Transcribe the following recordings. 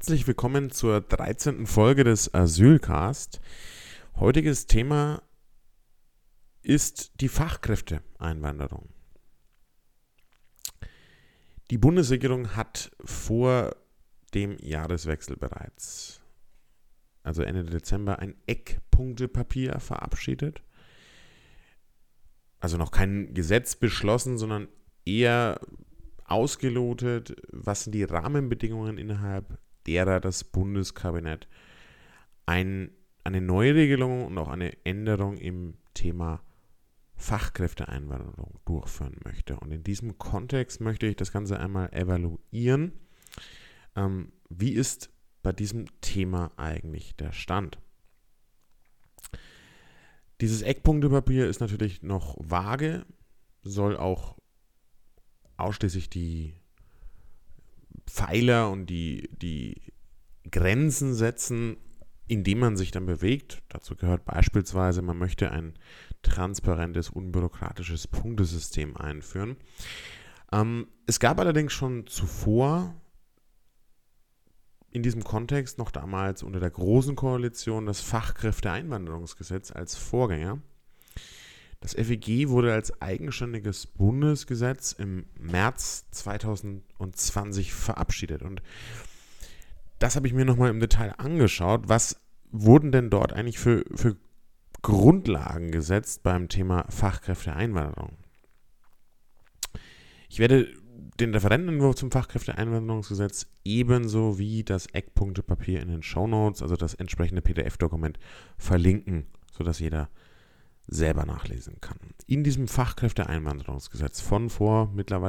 Herzlich willkommen zur 13. Folge des Asylcast. Heutiges Thema ist die Fachkräfteeinwanderung. Die Bundesregierung hat vor dem Jahreswechsel bereits, also Ende Dezember, ein Eckpunktepapier verabschiedet. Also noch kein Gesetz beschlossen, sondern eher ausgelotet, was sind die Rahmenbedingungen, innerhalb derer das Bundeskabinett eine neue Regelung und auch eine Änderung im Thema Fachkräfteeinwanderung durchführen möchte. Und in diesem Kontext möchte ich das Ganze einmal evaluieren. Wie ist bei diesem Thema eigentlich der Stand? Dieses Eckpunktepapier ist natürlich noch vage, soll auch ausschließlich die Pfeiler und die Grenzen setzen, indem man sich dann bewegt. Dazu gehört beispielsweise, man möchte ein transparentes, unbürokratisches Punktesystem einführen. Es gab allerdings schon zuvor in diesem Kontext, noch damals unter der Großen Koalition, das Fachkräfteeinwanderungsgesetz als Vorgänger. Das FEG wurde als eigenständiges Bundesgesetz im März 2020 verabschiedet. Und das habe ich mir nochmal im Detail angeschaut. Was wurden denn dort eigentlich für Grundlagen gesetzt beim Thema Fachkräfteeinwanderung? Ich werde den Referentenentwurf zum Fachkräfteeinwanderungsgesetz ebenso wie das Eckpunktepapier in den Shownotes, also das entsprechende PDF-Dokument, verlinken, sodass jeder selber nachlesen kann. In diesem Fachkräfteeinwanderungsgesetz von vor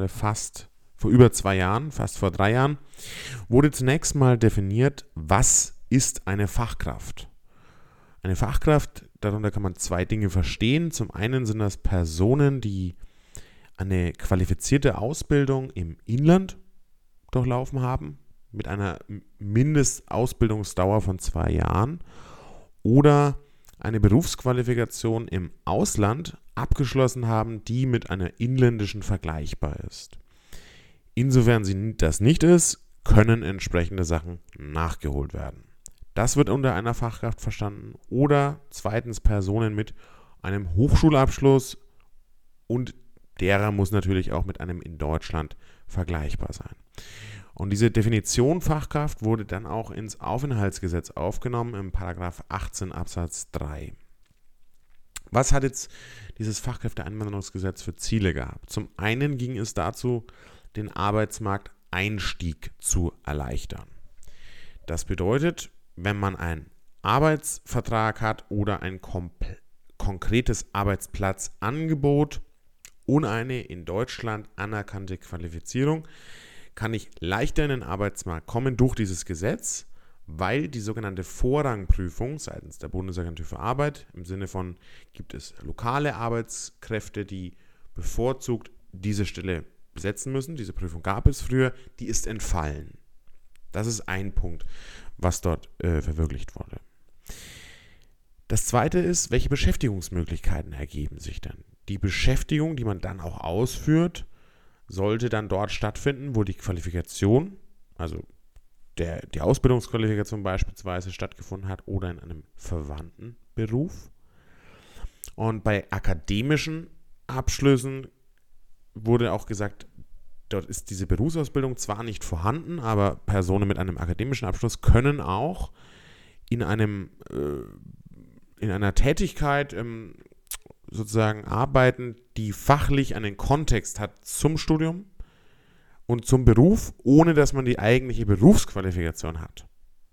über 2 Jahren, fast vor 3 Jahren, wurde zunächst mal definiert, was ist eine Fachkraft. Eine Fachkraft, darunter kann man 2 Dinge verstehen. Zum einen sind das Personen, die eine qualifizierte Ausbildung im Inland durchlaufen haben, mit einer Mindestausbildungsdauer von 2 Jahren oder eine Berufsqualifikation im Ausland abgeschlossen haben, die mit einer inländischen vergleichbar ist. Insofern sie das nicht ist, können entsprechende Sachen nachgeholt werden. Das wird unter einer Fachkraft verstanden. Oder zweitens Personen mit einem Hochschulabschluss und derer muss natürlich auch mit einem in Deutschland vergleichbar sein. Und diese Definition Fachkraft wurde dann auch ins Aufenthaltsgesetz aufgenommen, im Paragraph 18 Absatz 3. Was hat jetzt dieses Fachkräfteeinwanderungsgesetz für Ziele gehabt? Zum einen ging es dazu, den Arbeitsmarkteinstieg zu erleichtern. Das bedeutet, wenn man einen Arbeitsvertrag hat oder ein konkretes Arbeitsplatzangebot und eine in Deutschland anerkannte Qualifizierung, kann ich leichter in den Arbeitsmarkt kommen durch dieses Gesetz, weil die sogenannte Vorrangprüfung seitens der Bundesagentur für Arbeit im Sinne von, gibt es lokale Arbeitskräfte, die bevorzugt diese Stelle besetzen müssen, diese Prüfung gab es früher, die ist entfallen. Das ist ein Punkt, was dort verwirklicht wurde. Das zweite ist, welche Beschäftigungsmöglichkeiten ergeben sich denn? Die Beschäftigung, die man dann auch ausführt, sollte dann dort stattfinden, wo die Qualifikation, also die Ausbildungsqualifikation beispielsweise stattgefunden hat oder in einem verwandten Beruf. Und bei akademischen Abschlüssen wurde auch gesagt, dort ist diese Berufsausbildung zwar nicht vorhanden, aber Personen mit einem akademischen Abschluss können auch in einer Tätigkeit sozusagen arbeiten, die fachlich einen Kontext hat zum Studium und zum Beruf, ohne dass man die eigentliche Berufsqualifikation hat.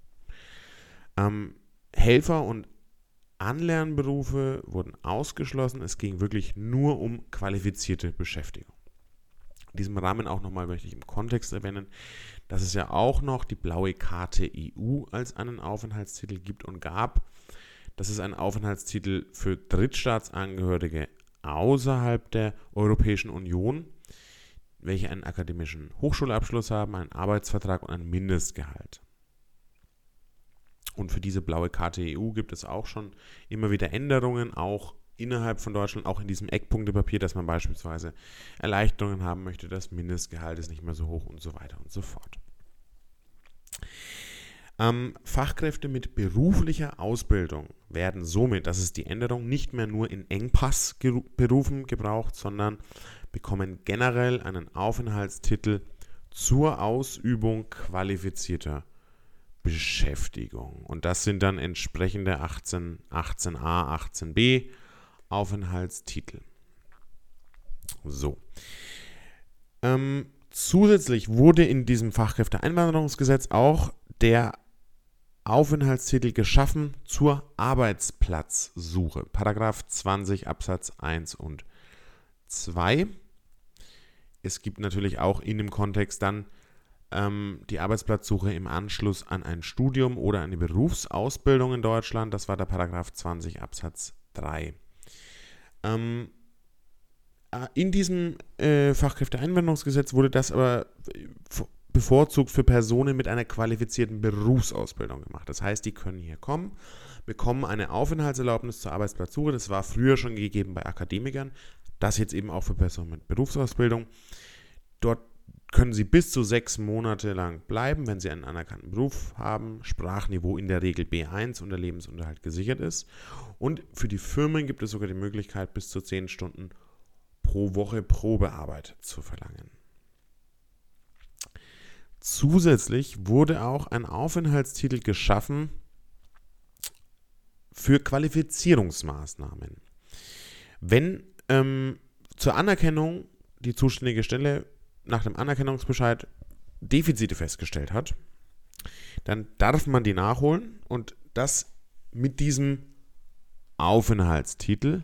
Helfer- und Anlernberufe wurden ausgeschlossen. Es ging wirklich nur um qualifizierte Beschäftigung. In diesem Rahmen auch nochmal möchte ich im Kontext erwähnen, dass es ja auch noch die blaue Karte EU als einen Aufenthaltstitel gibt und gab. Das ist ein Aufenthaltstitel für Drittstaatsangehörige außerhalb der Europäischen Union, welche einen akademischen Hochschulabschluss haben, einen Arbeitsvertrag und ein Mindestgehalt. Und für diese blaue Karte EU gibt es auch schon immer wieder Änderungen, auch innerhalb von Deutschland, auch in diesem Eckpunktepapier, dass man beispielsweise Erleichterungen haben möchte, das Mindestgehalt ist nicht mehr so hoch und so weiter und so fort. Fachkräfte mit beruflicher Ausbildung werden somit, das ist die Änderung, nicht mehr nur in Engpassberufen gebraucht, sondern bekommen generell einen Aufenthaltstitel zur Ausübung qualifizierter Beschäftigung. Und das sind dann entsprechende 18a, 18b Aufenthaltstitel. So. Zusätzlich wurde in diesem Fachkräfteeinwanderungsgesetz auch der Aufenthaltstitel geschaffen zur Arbeitsplatzsuche. Paragraph 20 Absatz 1 und 2. Es gibt natürlich auch in dem Kontext dann die Arbeitsplatzsuche im Anschluss an ein Studium oder eine Berufsausbildung in Deutschland. Das war der Paragraph 20 Absatz 3. In diesem Fachkräfteeinwanderungsgesetz wurde das aber bevorzugt für Personen mit einer qualifizierten Berufsausbildung gemacht. Das heißt, die können hier kommen, bekommen eine Aufenthaltserlaubnis zur Arbeitsplatzsuche. Das war früher schon gegeben bei Akademikern. Das jetzt eben auch für Personen mit Berufsausbildung. Dort können sie bis zu 6 Monate lang bleiben, wenn sie einen anerkannten Beruf haben, Sprachniveau in der Regel B1 und der Lebensunterhalt gesichert ist. Und für die Firmen gibt es sogar die Möglichkeit, bis zu 10 Stunden pro Woche Probearbeit zu verlangen. Zusätzlich wurde auch ein Aufenthaltstitel geschaffen für Qualifizierungsmaßnahmen. Wenn zur Anerkennung die zuständige Stelle nach dem Anerkennungsbescheid Defizite festgestellt hat, dann darf man die nachholen und das mit diesem Aufenthaltstitel.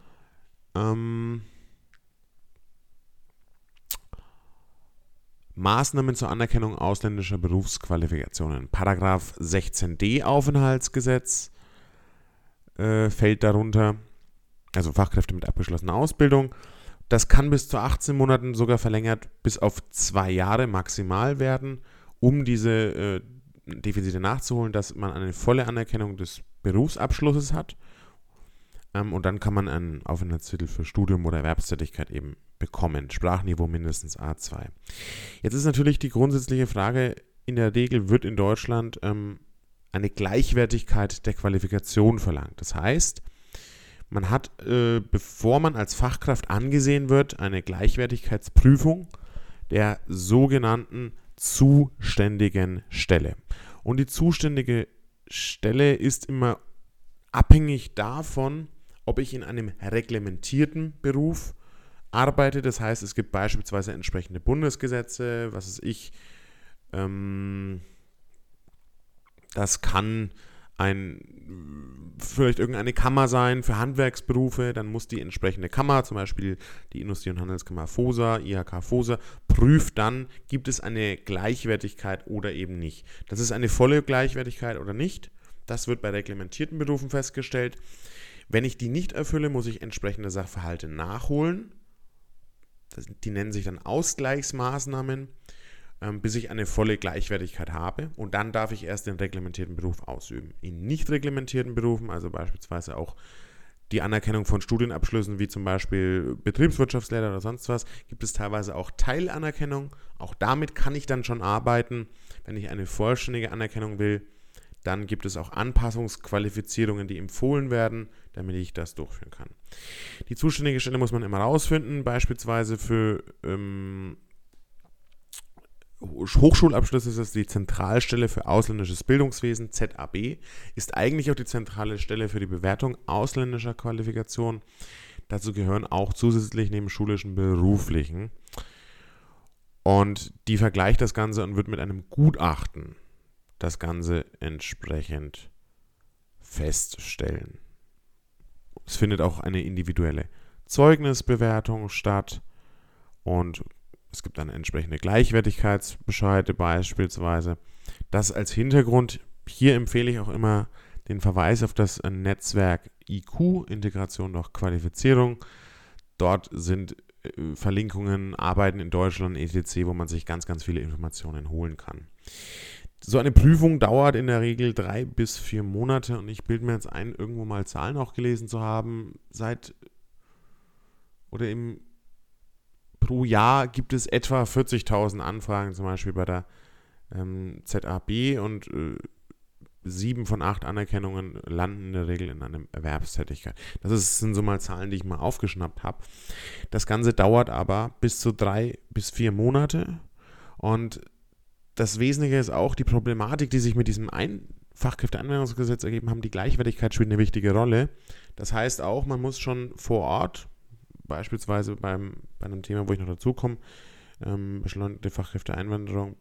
Maßnahmen zur Anerkennung ausländischer Berufsqualifikationen. Paragraph 16d Aufenthaltsgesetz fällt darunter, also Fachkräfte mit abgeschlossener Ausbildung. Das kann bis zu 18 Monaten sogar verlängert bis auf 2 Jahre maximal werden, um diese Defizite nachzuholen, dass man eine volle Anerkennung des Berufsabschlusses hat. Und dann kann man einen Aufenthaltstitel für Studium oder Erwerbstätigkeit eben bekommen. Sprachniveau mindestens A2. Jetzt ist natürlich die grundsätzliche Frage, in der Regel wird in Deutschland eine Gleichwertigkeit der Qualifikation verlangt. Das heißt, man hat, bevor man als Fachkraft angesehen wird, eine Gleichwertigkeitsprüfung der sogenannten zuständigen Stelle. Und die zuständige Stelle ist immer abhängig davon, ob ich in einem reglementierten Beruf arbeite. Das heißt, es gibt beispielsweise entsprechende Bundesgesetze, was weiß ich, das kann vielleicht irgendeine Kammer sein für Handwerksberufe, dann muss die entsprechende Kammer, zum Beispiel die Industrie- und Handelskammer FOSA, IHK FOSA, prüft dann, gibt es eine Gleichwertigkeit oder eben nicht. Das ist eine volle Gleichwertigkeit oder nicht. Das wird bei reglementierten Berufen festgestellt. Wenn ich die nicht erfülle, muss ich entsprechende Sachverhalte nachholen. Die nennen sich dann Ausgleichsmaßnahmen, bis ich eine volle Gleichwertigkeit habe. Und dann darf ich erst den reglementierten Beruf ausüben. In nicht reglementierten Berufen, also beispielsweise auch die Anerkennung von Studienabschlüssen, wie zum Beispiel Betriebswirtschaftslehre oder sonst was, gibt es teilweise auch Teilanerkennung. Auch damit kann ich dann schon arbeiten. Wenn ich eine vollständige Anerkennung will, dann gibt es auch Anpassungsqualifizierungen, die empfohlen werden, damit ich das durchführen kann. Die zuständige Stelle muss man immer rausfinden, beispielsweise für Hochschulabschlüsse ist das die Zentralstelle für ausländisches Bildungswesen, ZAB, ist eigentlich auch die zentrale Stelle für die Bewertung ausländischer Qualifikationen. Dazu gehören auch zusätzlich neben schulischen beruflichen. Und die vergleicht das Ganze und wird mit einem Gutachten das Ganze entsprechend feststellen. Es findet auch eine individuelle Zeugnisbewertung statt und es gibt dann entsprechende Gleichwertigkeitsbescheide beispielsweise. Das als Hintergrund. Hier empfehle ich auch immer den Verweis auf das Netzwerk IQ, Integration durch Qualifizierung. Dort sind Verlinkungen, Arbeiten in Deutschland, etc., wo man sich ganz, ganz viele Informationen holen kann. So eine Prüfung dauert in der Regel 3 bis 4 Monate und ich bilde mir jetzt ein, irgendwo mal Zahlen auch gelesen zu haben. Pro Jahr gibt es etwa 40.000 Anfragen, zum Beispiel bei der ZAB und 7 von 8 Anerkennungen landen in der Regel in einer Erwerbstätigkeit. Das sind so mal Zahlen, die ich mal aufgeschnappt habe. Das Ganze dauert aber bis zu 3 bis 4 Monate. Und das Wesentliche ist auch die Problematik, die sich mit diesem Fachkräfteanwendungsgesetz ergeben haben. Die Gleichwertigkeit spielt eine wichtige Rolle. Das heißt auch, man muss schon vor Ort, beispielsweise bei einem Thema, wo ich noch dazu komme, beschleunigte Fachkräfteeinwanderung,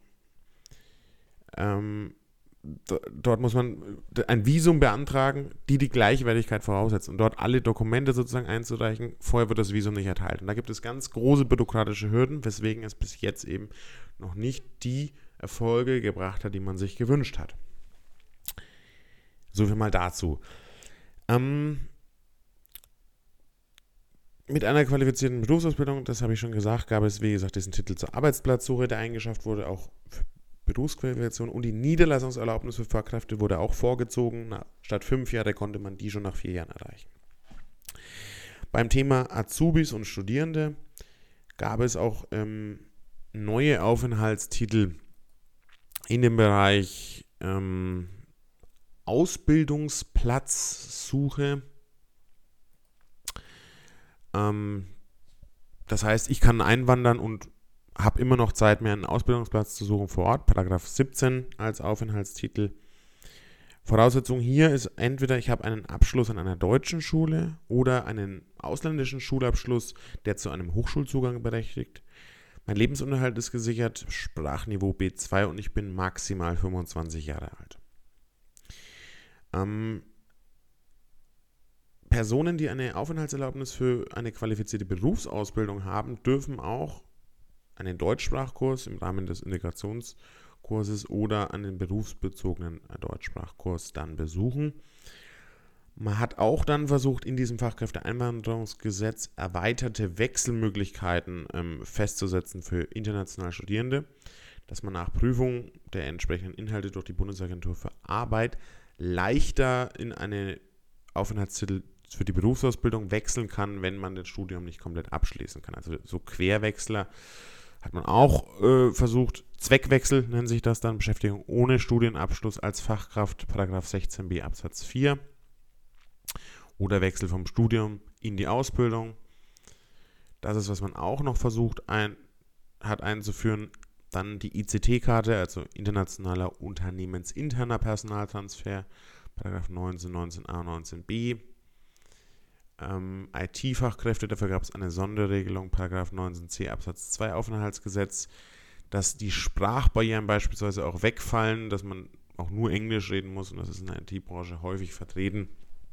dort muss man ein Visum beantragen, die Gleichwertigkeit voraussetzt und dort alle Dokumente sozusagen einzureichen. Vorher wird das Visum nicht erteilt. Und da gibt es ganz große bürokratische Hürden, weswegen es bis jetzt eben noch nicht die Erfolge gebracht hat, die man sich gewünscht hat. So viel mal dazu. Mit einer qualifizierten Berufsausbildung, das habe ich schon gesagt, gab es, wie gesagt, diesen Titel zur Arbeitsplatzsuche, der eingeschafft wurde, auch für Berufsqualifikation, und die Niederlassungserlaubnis für Fachkräfte wurde auch vorgezogen. Statt 5 Jahre konnte man die schon nach 4 Jahren erreichen. Beim Thema Azubis und Studierende gab es auch neue Aufenthaltstitel in dem Bereich Ausbildungsplatzsuche. Das heißt, ich kann einwandern und habe immer noch Zeit, mir einen Ausbildungsplatz zu suchen vor Ort. Paragraph 17 als Aufenthaltstitel. Voraussetzung hier ist entweder, ich habe einen Abschluss an einer deutschen Schule oder einen ausländischen Schulabschluss, der zu einem Hochschulzugang berechtigt. Mein Lebensunterhalt ist gesichert, Sprachniveau B2 und ich bin maximal 25 Jahre alt. Personen, die eine Aufenthaltserlaubnis für eine qualifizierte Berufsausbildung haben, dürfen auch einen Deutschsprachkurs im Rahmen des Integrationskurses oder einen berufsbezogenen Deutschsprachkurs dann besuchen. Man hat auch dann versucht, in diesem Fachkräfteeinwanderungsgesetz erweiterte Wechselmöglichkeiten festzusetzen für internationale Studierende, dass man nach Prüfung der entsprechenden Inhalte durch die Bundesagentur für Arbeit leichter in eine Aufenthaltstitel für die Berufsausbildung wechseln kann, wenn man das Studium nicht komplett abschließen kann. Also so Querwechsler hat man auch versucht. Zweckwechsel nennt sich das dann, Beschäftigung ohne Studienabschluss als Fachkraft, Paragraph 16b Absatz 4. Oder Wechsel vom Studium in die Ausbildung. Das ist, was man auch noch versucht hat einzuführen. Dann die ICT-Karte, also internationaler unternehmensinterner Personaltransfer, Paragraph 19, 19a, 19b. IT-Fachkräfte, dafür gab es eine Sonderregelung, Paragraph 19c Absatz 2 Aufenthaltsgesetz, dass die Sprachbarrieren beispielsweise auch wegfallen, dass man auch nur Englisch reden muss, und das ist in der IT-Branche häufig vertreten.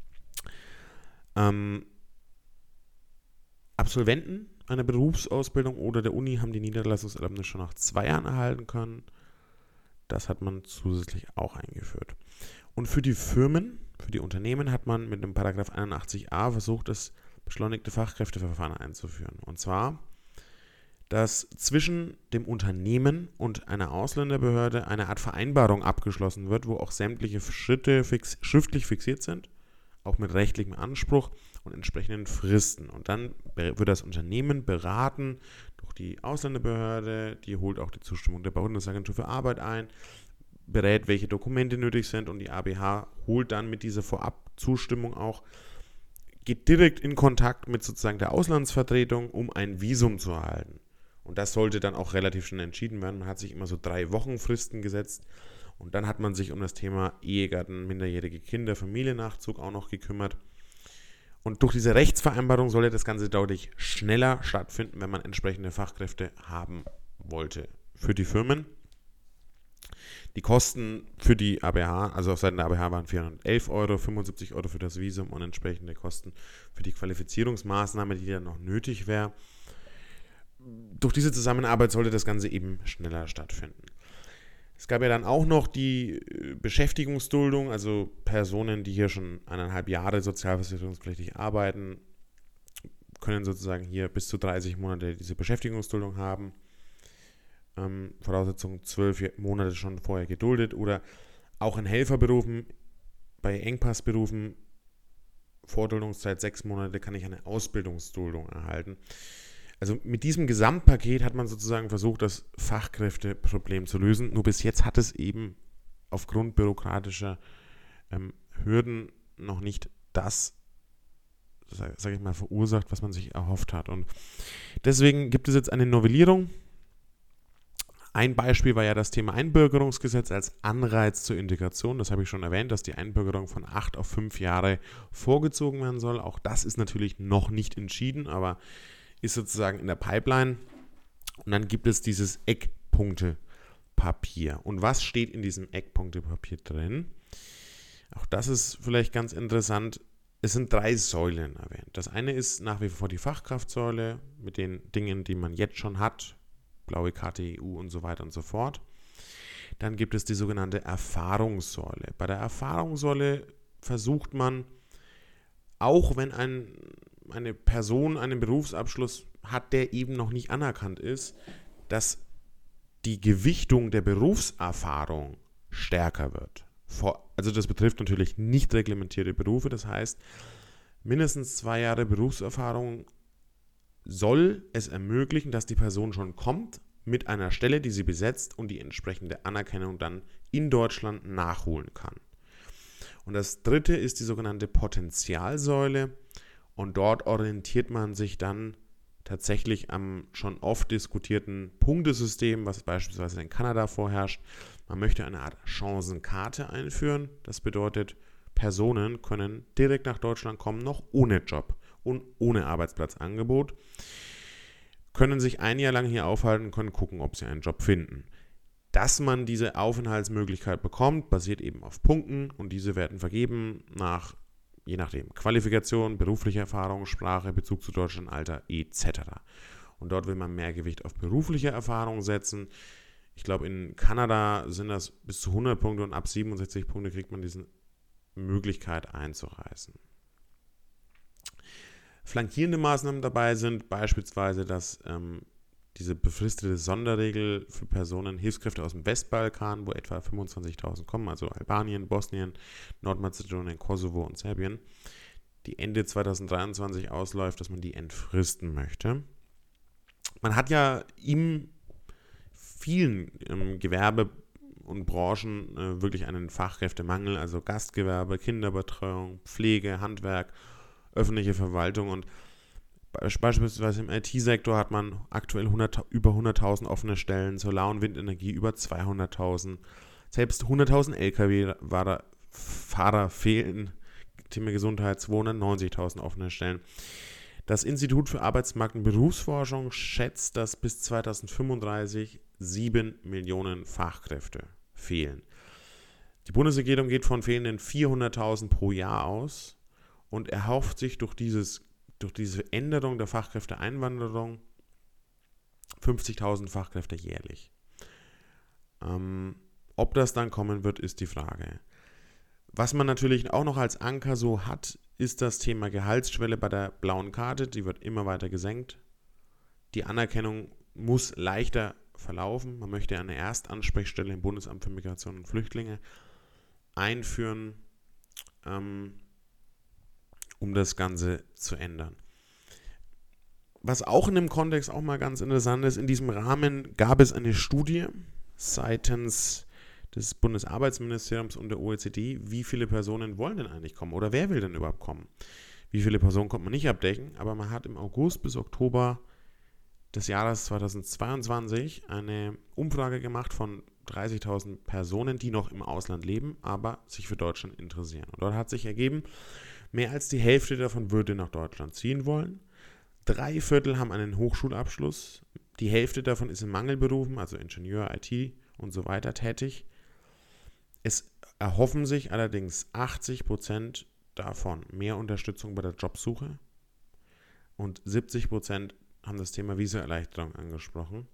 Absolventen einer Berufsausbildung oder der Uni haben die Niederlassungserlaubnis schon nach 2 Jahren erhalten können. Das hat man zusätzlich auch eingeführt. Und für die Firmen, für die Unternehmen hat man mit dem Paragraph 81a versucht, das beschleunigte Fachkräfteverfahren einzuführen. Und zwar, dass zwischen dem Unternehmen und einer Ausländerbehörde eine Art Vereinbarung abgeschlossen wird, wo auch sämtliche Schritte schriftlich fixiert sind, auch mit rechtlichem Anspruch und entsprechenden Fristen. Und dann wird das Unternehmen beraten durch die Ausländerbehörde, die holt auch die Zustimmung der Bundesagentur für Arbeit ein, berät, welche Dokumente nötig sind, und die ABH holt dann mit dieser Vorabzustimmung auch, geht direkt in Kontakt mit sozusagen der Auslandsvertretung, um ein Visum zu erhalten. Und das sollte dann auch relativ schnell entschieden werden. Man hat sich immer so 3 Wochenfristen gesetzt. Und dann hat man sich um das Thema Ehegatten, minderjährige Kinder, Familiennachzug auch noch gekümmert. Und durch diese Rechtsvereinbarung sollte das Ganze deutlich schneller stattfinden, wenn man entsprechende Fachkräfte haben wollte. Für die Firmen. Die Kosten für die ABH, also auf Seiten der ABH, waren 411 Euro, 75 Euro für das Visum und entsprechende Kosten für die Qualifizierungsmaßnahme, die dann noch nötig wäre. Durch diese Zusammenarbeit sollte das Ganze eben schneller stattfinden. Es gab ja dann auch noch die Beschäftigungsduldung, also Personen, die hier schon 1,5 Jahre sozialversicherungspflichtig arbeiten, können sozusagen hier bis zu 30 Monate diese Beschäftigungsduldung haben. Voraussetzung 12 Monate schon vorher geduldet, oder auch in Helferberufen, bei Engpassberufen, Vorduldungszeit 6 Monate, kann ich eine Ausbildungsduldung erhalten. Also mit diesem Gesamtpaket hat man sozusagen versucht, das Fachkräfteproblem zu lösen. Nur bis jetzt hat es eben aufgrund bürokratischer Hürden noch nicht das, sage ich mal, verursacht, was man sich erhofft hat. Und deswegen gibt es jetzt eine Novellierung. Ein Beispiel war ja das Thema Einbürgerungsgesetz als Anreiz zur Integration. Das habe ich schon erwähnt, dass die Einbürgerung von 8 auf 5 Jahre vorgezogen werden soll. Auch das ist natürlich noch nicht entschieden, aber ist sozusagen in der Pipeline. Und dann gibt es dieses Eckpunktepapier. Und was steht in diesem Eckpunktepapier drin? Auch das ist vielleicht ganz interessant. Es sind 3 Säulen erwähnt. Das eine ist nach wie vor die Fachkraftsäule mit den Dingen, die man jetzt schon hat. Blaue Karte EU und so weiter und so fort. Dann gibt es die sogenannte Erfahrungssäule. Bei der Erfahrungssäule versucht man, auch wenn eine Person einen Berufsabschluss hat, der eben noch nicht anerkannt ist, dass die Gewichtung der Berufserfahrung stärker wird. Also das betrifft natürlich nicht reglementierte Berufe, das heißt, mindestens 2 Jahre Berufserfahrung soll es ermöglichen, dass die Person schon kommt mit einer Stelle, die sie besetzt und die entsprechende Anerkennung dann in Deutschland nachholen kann. Und das dritte ist die sogenannte Potenzialsäule und dort orientiert man sich dann tatsächlich am schon oft diskutierten Punktesystem, was beispielsweise in Kanada vorherrscht. Man möchte eine Art Chancenkarte einführen. Das bedeutet, Personen können direkt nach Deutschland kommen, noch ohne Job und ohne Arbeitsplatzangebot, können sich ein Jahr lang hier aufhalten, können gucken, ob sie einen Job finden. Dass man diese Aufenthaltsmöglichkeit bekommt, basiert eben auf Punkten und diese werden vergeben nach, je nachdem, Qualifikation, berufliche Erfahrung, Sprache, Bezug zu Deutschland, Alter etc. Und dort will man mehr Gewicht auf berufliche Erfahrung setzen. Ich glaube, in Kanada sind das bis zu 100 Punkte und ab 67 Punkte kriegt man diese Möglichkeit einzureisen. Flankierende Maßnahmen dabei sind beispielsweise, dass diese befristete Sonderregel für Personen, Hilfskräfte aus dem Westbalkan, wo etwa 25.000 kommen, also Albanien, Bosnien, Nordmazedonien, Kosovo und Serbien, die Ende 2023 ausläuft, dass man die entfristen möchte. Man hat ja in vielen Gewerbe und Branchen wirklich einen Fachkräftemangel, also Gastgewerbe, Kinderbetreuung, Pflege, Handwerk, öffentliche Verwaltung und beispielsweise im IT-Sektor hat man aktuell über 100.000 offene Stellen, Solar- und Windenergie über 200.000, selbst 100.000 Lkw-Fahrer fehlen, Thema Gesundheit 290.000 offene Stellen. Das Institut für Arbeitsmarkt- und Berufsforschung schätzt, dass bis 2035 7 Millionen Fachkräfte fehlen. Die Bundesregierung geht von fehlenden 400.000 pro Jahr aus und erhofft sich durch diese Änderung der Fachkräfteeinwanderung 50.000 Fachkräfte jährlich. Ob das dann kommen wird, ist die Frage. Was man natürlich auch noch als Anker so hat, ist das Thema Gehaltsschwelle bei der blauen Karte. Die wird immer weiter gesenkt. Die Anerkennung muss leichter verlaufen. Man möchte eine Erstansprechstelle im Bundesamt für Migration und Flüchtlinge einführen, um das Ganze zu ändern. Was auch in dem Kontext auch mal ganz interessant ist, in diesem Rahmen gab es eine Studie seitens des Bundesarbeitsministeriums und der OECD, wie viele Personen wollen denn eigentlich kommen oder wer will denn überhaupt kommen? Wie viele Personen konnte man nicht abdecken, aber man hat im August bis Oktober des Jahres 2022 eine Umfrage gemacht von 30.000 Personen, die noch im Ausland leben, aber sich für Deutschland interessieren. Und dort hat sich ergeben, mehr als die Hälfte davon würde nach Deutschland ziehen wollen. 3/4 haben einen Hochschulabschluss. Die Hälfte davon ist in Mangelberufen, also Ingenieur, IT und so weiter tätig. Es erhoffen sich allerdings 80% davon mehr Unterstützung bei der Jobsuche und 70% haben das Thema Visa-Erleichterung angesprochen.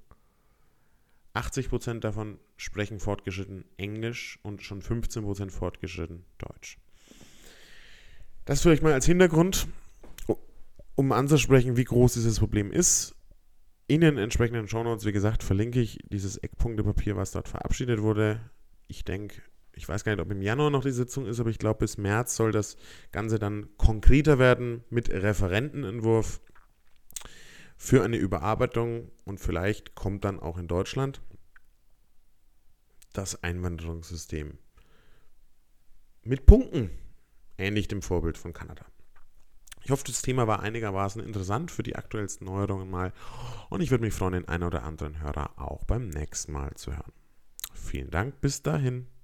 80% davon sprechen fortgeschritten Englisch und schon 15% fortgeschritten Deutsch. Das vielleicht mal als Hintergrund, um anzusprechen, wie groß dieses Problem ist. In den entsprechenden Shownotes, wie gesagt, verlinke ich dieses Eckpunktepapier, was dort verabschiedet wurde. Ich denke, ich weiß gar nicht, ob im Januar noch die Sitzung ist, aber ich glaube, bis März soll das Ganze dann konkreter werden mit Referentenentwurf für eine Überarbeitung und vielleicht kommt dann auch in Deutschland das Einwanderungssystem mit Punkten, ähnlich dem Vorbild von Kanada. Ich hoffe, das Thema war einigermaßen interessant für die aktuellsten Neuerungen mal und ich würde mich freuen, den einen oder anderen Hörer auch beim nächsten Mal zu hören. Vielen Dank, bis dahin.